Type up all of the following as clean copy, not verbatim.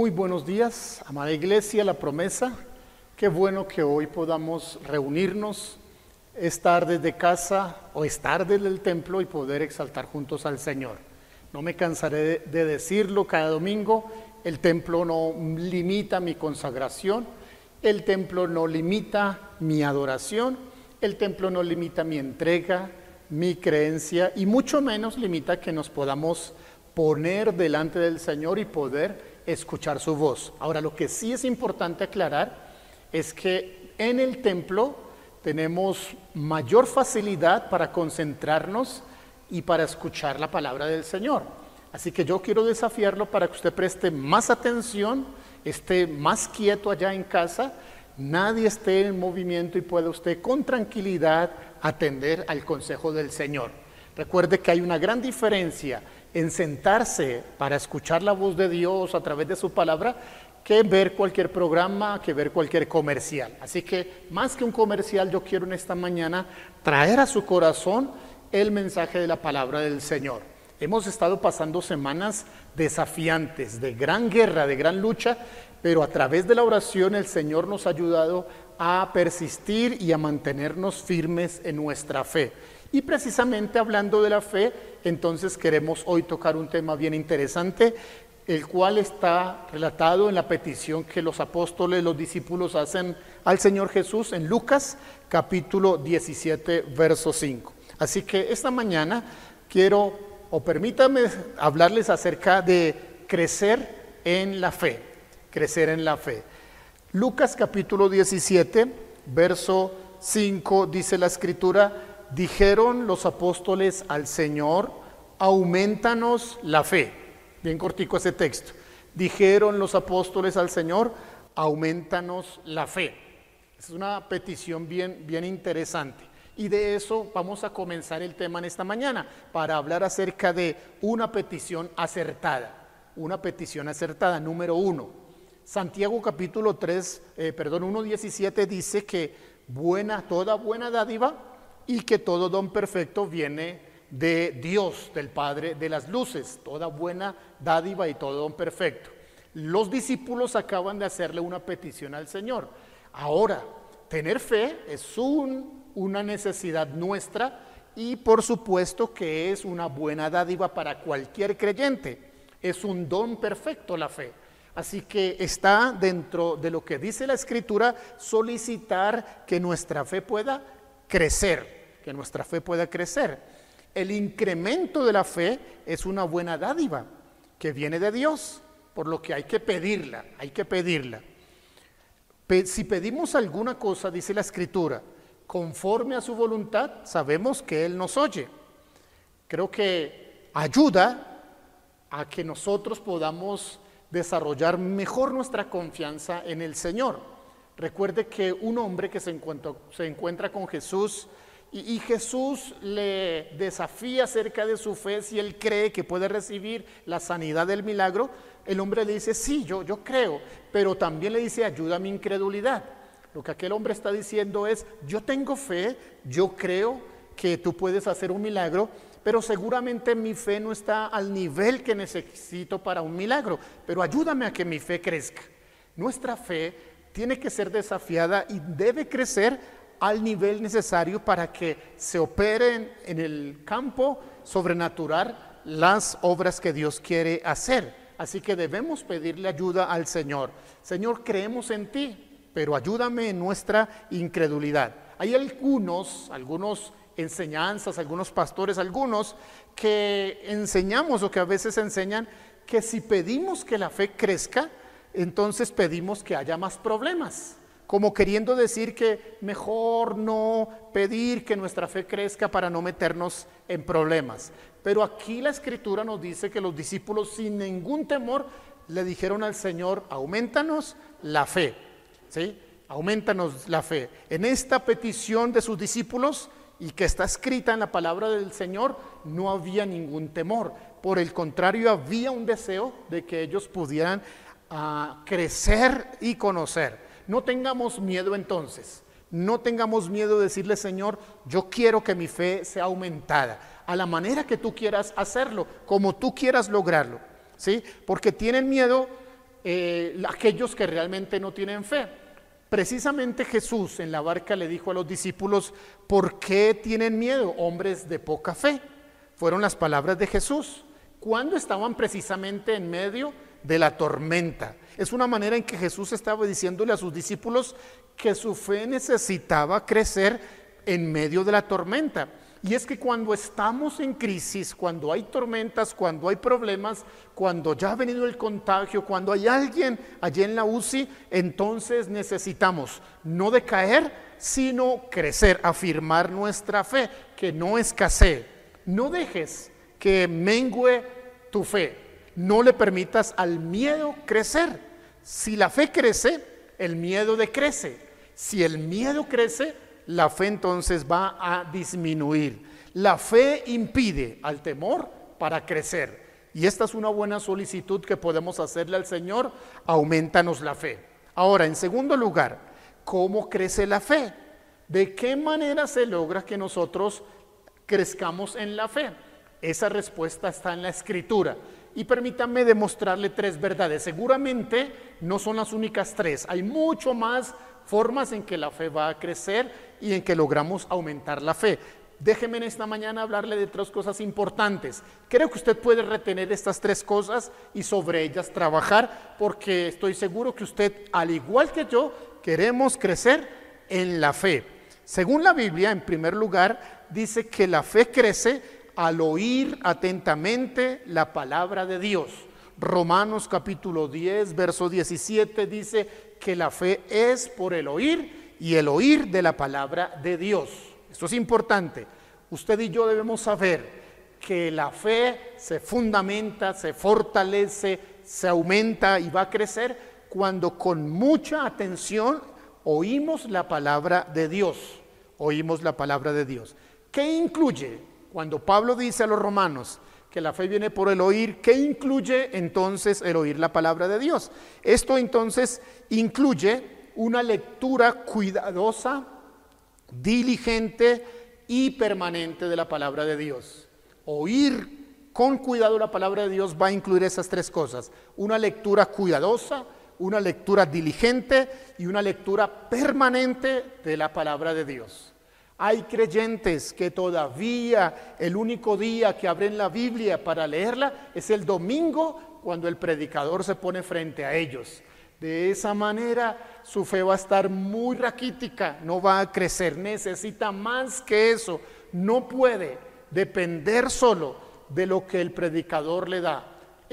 Muy buenos días, amada iglesia, La Promesa. Qué bueno que hoy podamos reunirnos, estar desde casa o estar desde el templo y poder exaltar juntos al Señor. No me cansaré de decirlo cada domingo, el templo no limita mi consagración, el templo no limita mi adoración, el templo no limita mi entrega, mi creencia y mucho menos limita que nos podamos poner delante del Señor y poder escuchar su voz. Ahora, lo que sí es importante aclarar es que en el templo tenemos mayor facilidad para concentrarnos y para escuchar la palabra del Señor. Así que yo quiero desafiarlo para que usted preste más atención, esté más quieto allá en casa, nadie esté en movimiento y pueda usted con tranquilidad atender al consejo del Señor. Recuerde que hay una gran diferencia en sentarse para escuchar la voz de Dios a través de su palabra que ver cualquier programa, que ver cualquier comercial. Así que más que un comercial, yo quiero en esta mañana traer a su corazón el mensaje de la palabra del Señor. Hemos estado pasando semanas desafiantes, de gran guerra, de gran lucha, pero a través de la oración el Señor nos ha ayudado a persistir y a mantenernos firmes en nuestra fe. Y precisamente hablando de la fe, entonces queremos hoy tocar un tema bien interesante, el cual está relatado en la petición que los apóstoles, los discípulos hacen al Señor Jesús en Lucas capítulo 17, verso 5. Así que esta mañana permítame hablarles acerca de crecer en la fe, crecer en la fe. Lucas capítulo 17, verso 5, dice la Escritura: dijeron los apóstoles al Señor, aumentanos la fe. Bien cortico ese texto. Dijeron los apóstoles al Señor, aumentanos la fe. Es una petición bien interesante. Y de eso vamos a comenzar el tema en esta mañana, para hablar acerca de una petición acertada. Una petición acertada, número 1. Santiago capítulo 1:17 dice que toda buena dádiva y que todo don perfecto viene de Dios, del Padre de las luces, toda buena dádiva y todo don perfecto. Los discípulos acaban de hacerle una petición al Señor. Ahora, tener fe es una necesidad nuestra y por supuesto que es una buena dádiva para cualquier creyente. Es un don perfecto la fe. Así que está dentro de lo que dice la Escritura solicitar que nuestra fe pueda crecer, que nuestra fe pueda crecer. El incremento de la fe es una buena dádiva que viene de Dios, por lo que hay que pedirla, Si pedimos alguna cosa, dice la Escritura, conforme a su voluntad, sabemos que Él nos oye. Creo que ayuda a que nosotros podamos desarrollar mejor nuestra confianza en el Señor. Recuerde que un hombre que se encuentra con Jesús y Jesús le desafía acerca de su fe, si él cree que puede recibir la sanidad del milagro, el hombre le dice, sí, yo creo, pero también le dice, ayuda a mi incredulidad. Lo que aquel hombre está diciendo es, yo tengo fe, yo creo que tú puedes hacer un milagro, pero seguramente mi fe no está al nivel que necesito para un milagro, pero ayúdame a que mi fe crezca. Nuestra fe tiene que ser desafiada y debe crecer al nivel necesario para que se operen en el campo sobrenatural las obras que Dios quiere hacer. Así que debemos pedirle ayuda al Señor. Señor, creemos en ti, pero ayúdame en nuestra incredulidad. Hay algunos enseñanzas, algunos pastores, algunos que enseñamos o que a veces enseñan que si pedimos que la fe crezca, entonces pedimos que haya más problemas, como queriendo decir que mejor no pedir que nuestra fe crezca para no meternos en problemas. Pero aquí la Escritura nos dice que los discípulos sin ningún temor le dijeron al Señor, aumentanos la fe, ¿sí? Aumentanos la fe. En esta petición de sus discípulos y que está escrita en la palabra del Señor, no había ningún temor. Por el contrario, había un deseo de que ellos pudieran crecer y conocer. No tengamos miedo entonces, no tengamos miedo de decirle, Señor, yo quiero que mi fe sea aumentada, a la manera que tú quieras hacerlo, como tú quieras lograrlo, ¿sí? Porque tienen miedo aquellos que realmente no tienen fe. Precisamente Jesús en la barca le dijo a los discípulos: ¿por qué tienen miedo, hombres de poca fe? Fueron las palabras de Jesús cuando estaban precisamente en medio de la tormenta. Es una manera en que Jesús estaba diciéndole a sus discípulos que su fe necesitaba crecer en medio de la tormenta. Y es que cuando estamos en crisis, cuando hay tormentas, cuando hay problemas, cuando ya ha venido el contagio, cuando hay alguien allí en la UCI, entonces necesitamos no decaer, sino crecer, afirmar nuestra fe, que no escasee. No dejes que mengue tu fe, no le permitas al miedo crecer. Si la fe crece, el miedo decrece. Si el miedo crece, la fe entonces va a disminuir. La fe impide al temor para crecer. Y esta es una buena solicitud que podemos hacerle al Señor: aumentanos la fe. Ahora, en segundo lugar, ¿cómo crece la fe? ¿De qué manera se logra que nosotros crezcamos en la fe? Esa respuesta está en la Escritura. Y permítanme demostrarle tres verdades. Seguramente no son las únicas tres. Hay mucho más formas en que la fe va a crecer y en que logramos aumentar la fe. Déjeme en esta mañana hablarle de tres cosas importantes. Creo que usted puede retener estas tres cosas y sobre ellas trabajar, porque estoy seguro que usted, al igual que yo, queremos crecer en la fe. Según la Biblia, en primer lugar, dice que la fe crece al oír atentamente la palabra de Dios. Romanos capítulo 10, verso 17 dice que la fe es por el oír y el oír de la palabra de Dios. Esto es importante. Usted y yo debemos saber que la fe se fundamenta, se fortalece, se aumenta y va a crecer cuando con mucha atención oímos la palabra de Dios. Oímos la palabra de Dios. ¿Qué incluye? Cuando Pablo dice a los romanos que la fe viene por el oír, ¿qué incluye entonces el oír la palabra de Dios? Esto entonces incluye una lectura cuidadosa, diligente y permanente de la palabra de Dios. Oír con cuidado la palabra de Dios va a incluir esas tres cosas: una lectura cuidadosa, una lectura diligente y una lectura permanente de la palabra de Dios. Hay creyentes que todavía el único día que abren la Biblia para leerla es el domingo, cuando el predicador se pone frente a ellos. De esa manera su fe va a estar muy raquítica, no va a crecer, necesita más que eso. No puede depender solo de lo que el predicador le da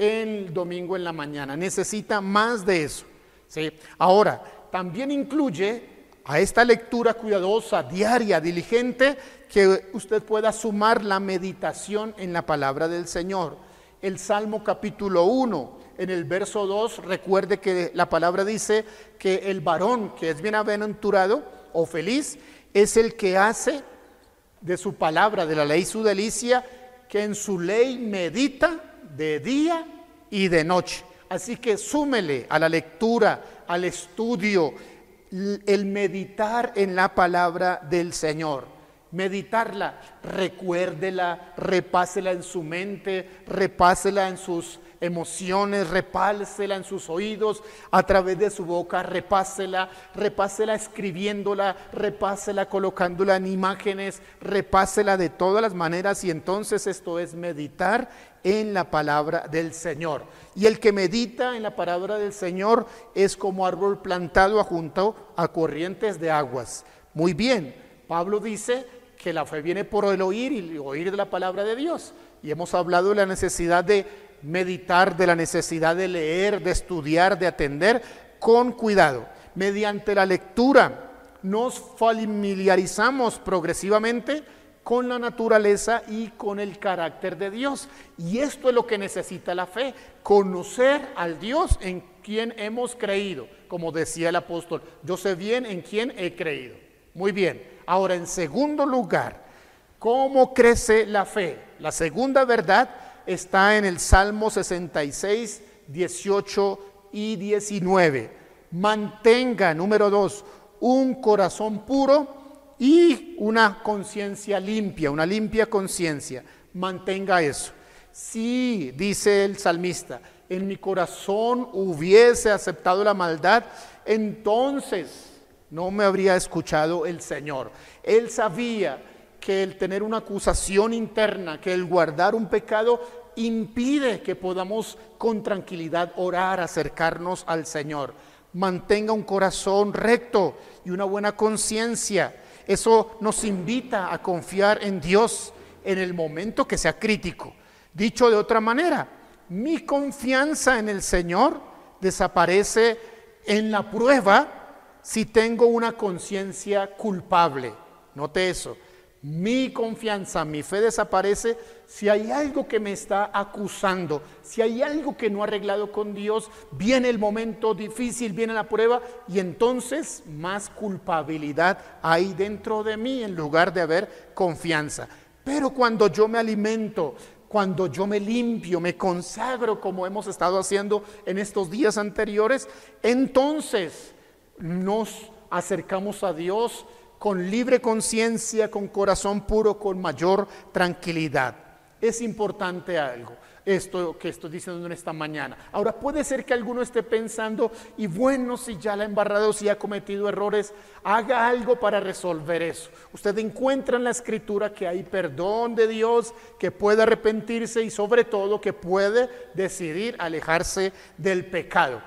el domingo en la mañana, necesita más de eso, ¿sí? Ahora, también incluye a esta lectura cuidadosa, diaria, diligente, que usted pueda sumar la meditación en la palabra del Señor. El Salmo capítulo 1, en el verso 2, recuerde que la palabra dice que el varón que es bienaventurado o feliz es el que hace de su palabra, de la ley su delicia, que en su ley medita de día y de noche. Así que súmele a la lectura, al estudio, el meditar en la palabra del Señor. Meditarla, recuérdela, repásela en su mente, repásela en sus emociones, repásela en sus oídos, a través de su boca, repásela escribiéndola, repásela colocándola en imágenes, repásela de todas las maneras, y entonces esto es meditar en la palabra del Señor. Y el que medita en la palabra del Señor es como árbol plantado junto a corrientes de aguas. Muy bien, Pablo dice que la fe viene por el oír y el oír de la palabra de Dios. Y hemos hablado de la necesidad de meditar, de la necesidad de leer, de estudiar, de atender con cuidado. Mediante la lectura nos familiarizamos progresivamente con la naturaleza y con el carácter de Dios. Y esto es lo que necesita la fe: conocer al Dios en quien hemos creído. Como decía el apóstol, yo sé bien en quién he creído. Muy bien, ahora en segundo lugar, ¿cómo crece la fe? La segunda verdad está en el Salmo 66, 18 y 19. Mantenga, número 2, un corazón puro y una conciencia limpia, una limpia conciencia. Mantenga eso. Sí, dice el salmista, en mi corazón hubiese aceptado la maldad, entonces no me habría escuchado el Señor. Él sabía que el tener una acusación interna, que el guardar un pecado impide que podamos con tranquilidad orar, acercarnos al Señor. Mantenga un corazón recto y una buena conciencia. Eso nos invita a confiar en Dios en el momento que sea crítico. Dicho de otra manera, mi confianza en el Señor desaparece en la prueba si tengo una conciencia culpable. Note eso. Mi confianza, mi fe desaparece si hay algo que me está acusando, si hay algo que no he arreglado con Dios. Viene el momento difícil, viene la prueba y entonces más culpabilidad hay dentro de mí en lugar de haber confianza. Pero cuando yo me alimento, cuando yo me limpio, me consagro como hemos estado haciendo en estos días anteriores, entonces nos acercamos a Dios con libre conciencia, con corazón puro, con mayor tranquilidad. Es importante algo, esto que estoy diciendo en esta mañana. Ahora puede ser que alguno esté pensando, y bueno, si ya la ha embarrado, si ha cometido errores, haga algo para resolver eso. Usted encuentra en la Escritura que hay perdón de Dios, que puede arrepentirse y sobre todo que puede decidir alejarse del pecado,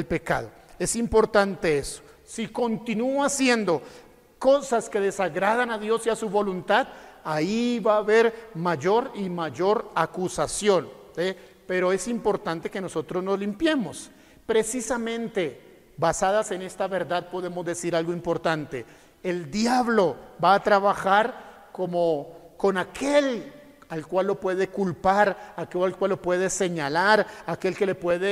Es importante eso. Si continúa haciendo cosas que desagradan a Dios y a su voluntad, ahí va a haber mayor y mayor acusación, ¿sí? Pero es importante que nosotros nos limpiemos. Precisamente basadas en esta verdad podemos decir algo importante. El diablo va a trabajar como con aquel al cual lo puede culpar, aquel al cual lo puede señalar, aquel que le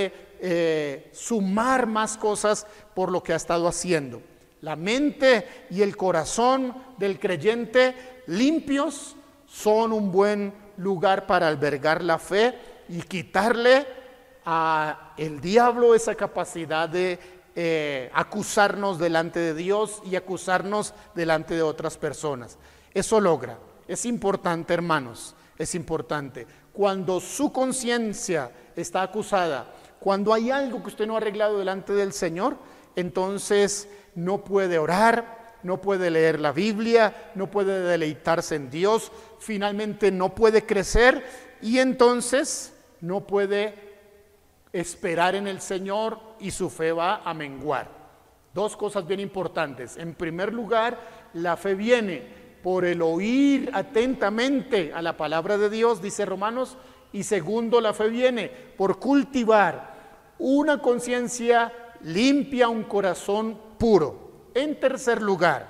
puede sumar más cosas por lo que ha estado haciendo. La mente y el corazón del creyente limpios son un buen lugar para albergar la fe y quitarle al diablo esa capacidad de acusarnos delante de Dios y acusarnos delante de otras personas. Eso logra. Es importante, hermanos, es importante. Cuando su conciencia está acusada, cuando hay algo que usted no ha arreglado delante del Señor, entonces no puede orar, no puede leer la Biblia, no puede deleitarse en Dios, finalmente no puede crecer y entonces no puede esperar en el Señor y su fe va a menguar. Dos cosas bien importantes. En primer lugar, la fe viene por el oír atentamente a la palabra de Dios, dice Romanos, y segundo, la fe viene por cultivar una conciencia limpia, un corazón puro. En tercer lugar,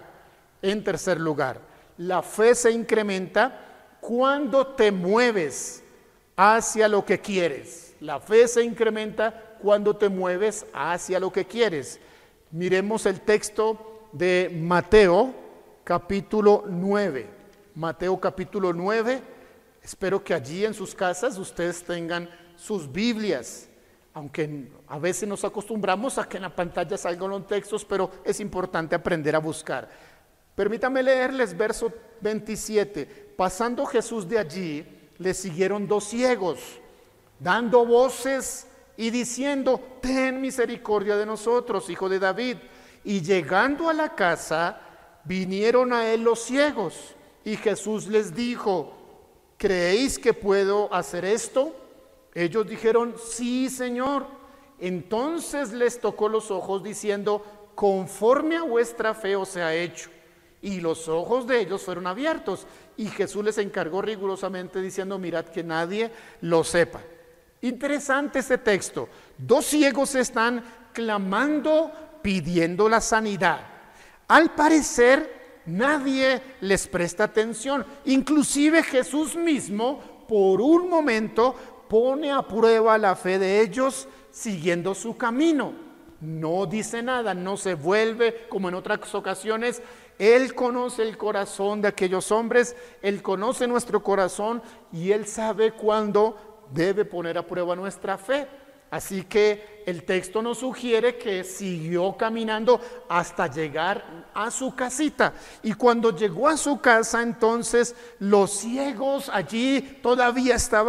la fe se incrementa cuando te mueves hacia lo que quieres. La fe se incrementa cuando te mueves hacia lo que quieres. Miremos el texto de Mateo capítulo 9. Mateo capítulo 9. Espero que allí en sus casas ustedes tengan sus Biblias. Aunque a veces nos acostumbramos a que en la pantalla salgan los textos, pero es importante aprender a buscar. Permítame leerles verso 27. Pasando Jesús de allí, le siguieron dos ciegos, dando voces y diciendo: ten misericordia de nosotros, hijo de David. Y llegando a la casa, vinieron a él los ciegos. Y Jesús les dijo: ¿creéis que puedo hacer esto? Ellos dijeron: sí, Señor. Entonces les tocó los ojos diciendo: conforme a vuestra fe os ha hecho. Y los ojos de ellos fueron abiertos. Y Jesús les encargó rigurosamente diciendo: mirad que nadie lo sepa. Interesante este texto. Dos ciegos están clamando, pidiendo la sanidad. Al parecer nadie les presta atención. Inclusive Jesús mismo por un momento pone a prueba la fe de ellos siguiendo su camino. No dice nada, no se vuelve como en otras ocasiones. Él conoce el corazón de aquellos hombres, Él conoce nuestro corazón y Él sabe cuándo debe poner a prueba nuestra fe. Así que el texto nos sugiere que siguió caminando hasta llegar a su casita. Y cuando llegó a su casa, entonces los ciegos allí todavía estaban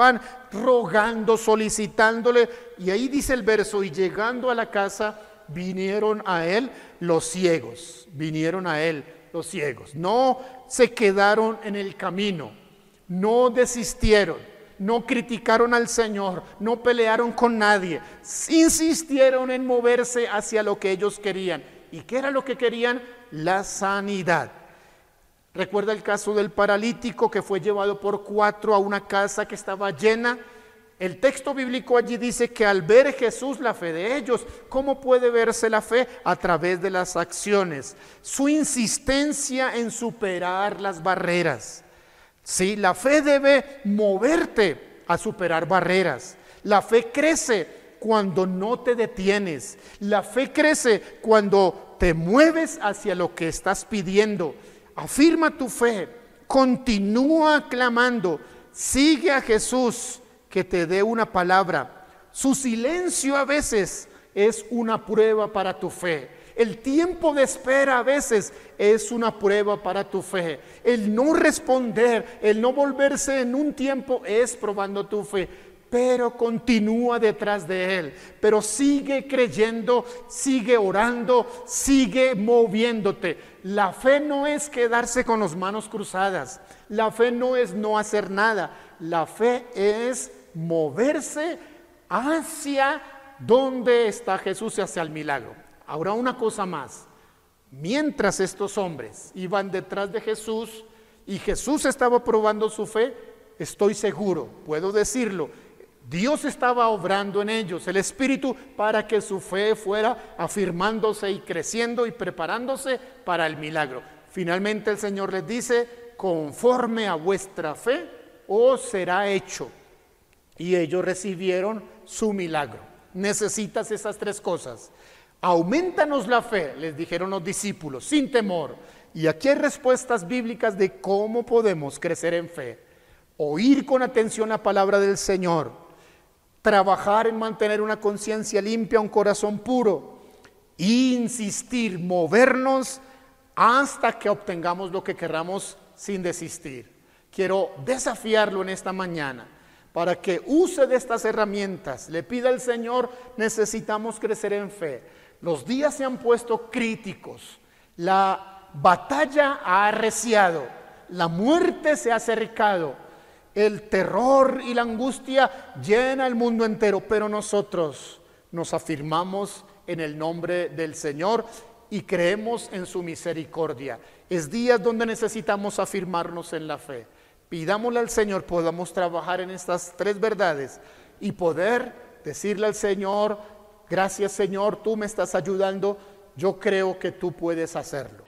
rogando, solicitándole. Y ahí dice el verso, y llegando a la casa, vinieron a él los ciegos. Vinieron a él los ciegos. No se quedaron en el camino, no desistieron, no criticaron al Señor, no pelearon con nadie, insistieron en moverse hacia lo que ellos querían. ¿Y qué era lo que querían? La sanidad. Recuerda el caso del paralítico que fue llevado por 4 a una casa que estaba llena. El texto bíblico allí dice que al ver Jesús la fe de ellos, ¿cómo puede verse la fe? A través de las acciones, su insistencia en superar las barreras. Sí, la fe debe moverte a superar barreras. La fe crece cuando no te detienes. La fe crece cuando te mueves hacia lo que estás pidiendo. Afirma tu fe, continúa clamando, sigue a Jesús que te dé una palabra. Su silencio a veces es una prueba para tu fe. El tiempo de espera a veces es una prueba para tu fe. El no responder, el no volverse en un tiempo es probando tu fe. Pero continúa detrás de él, pero sigue creyendo, sigue orando, sigue moviéndote. La fe no es quedarse con las manos cruzadas, la fe no es no hacer nada, la fe es moverse hacia donde está Jesús y hacia el milagro. Ahora una cosa más, mientras estos hombres iban detrás de Jesús y Jesús estaba probando su fe, estoy seguro, puedo decirlo, Dios estaba obrando en ellos, el Espíritu, para que su fe fuera afirmándose y creciendo y preparándose para el milagro. Finalmente el Señor les dice, conforme a vuestra fe os será hecho. Y ellos recibieron su milagro. Necesitas esas 3 cosas. Aumentanos la fe, les dijeron los discípulos, sin temor. Y aquí hay respuestas bíblicas de cómo podemos crecer en fe. Oír con atención la palabra del Señor. Trabajar en mantener una conciencia limpia, un corazón puro, insistir, movernos hasta que obtengamos lo que queramos sin desistir. Quiero desafiarlo en esta mañana para que use de estas herramientas. Le pida al Señor, necesitamos crecer en fe. Los días se han puesto críticos, la batalla ha arreciado, la muerte se ha acercado. El terror y la angustia llena el mundo entero, pero nosotros nos afirmamos en el nombre del Señor y creemos en su misericordia. Es días donde necesitamos afirmarnos en la fe. Pidámosle al Señor, podamos trabajar en estas 3 verdades y poder decirle al Señor, gracias Señor, tú me estás ayudando, yo creo que tú puedes hacerlo.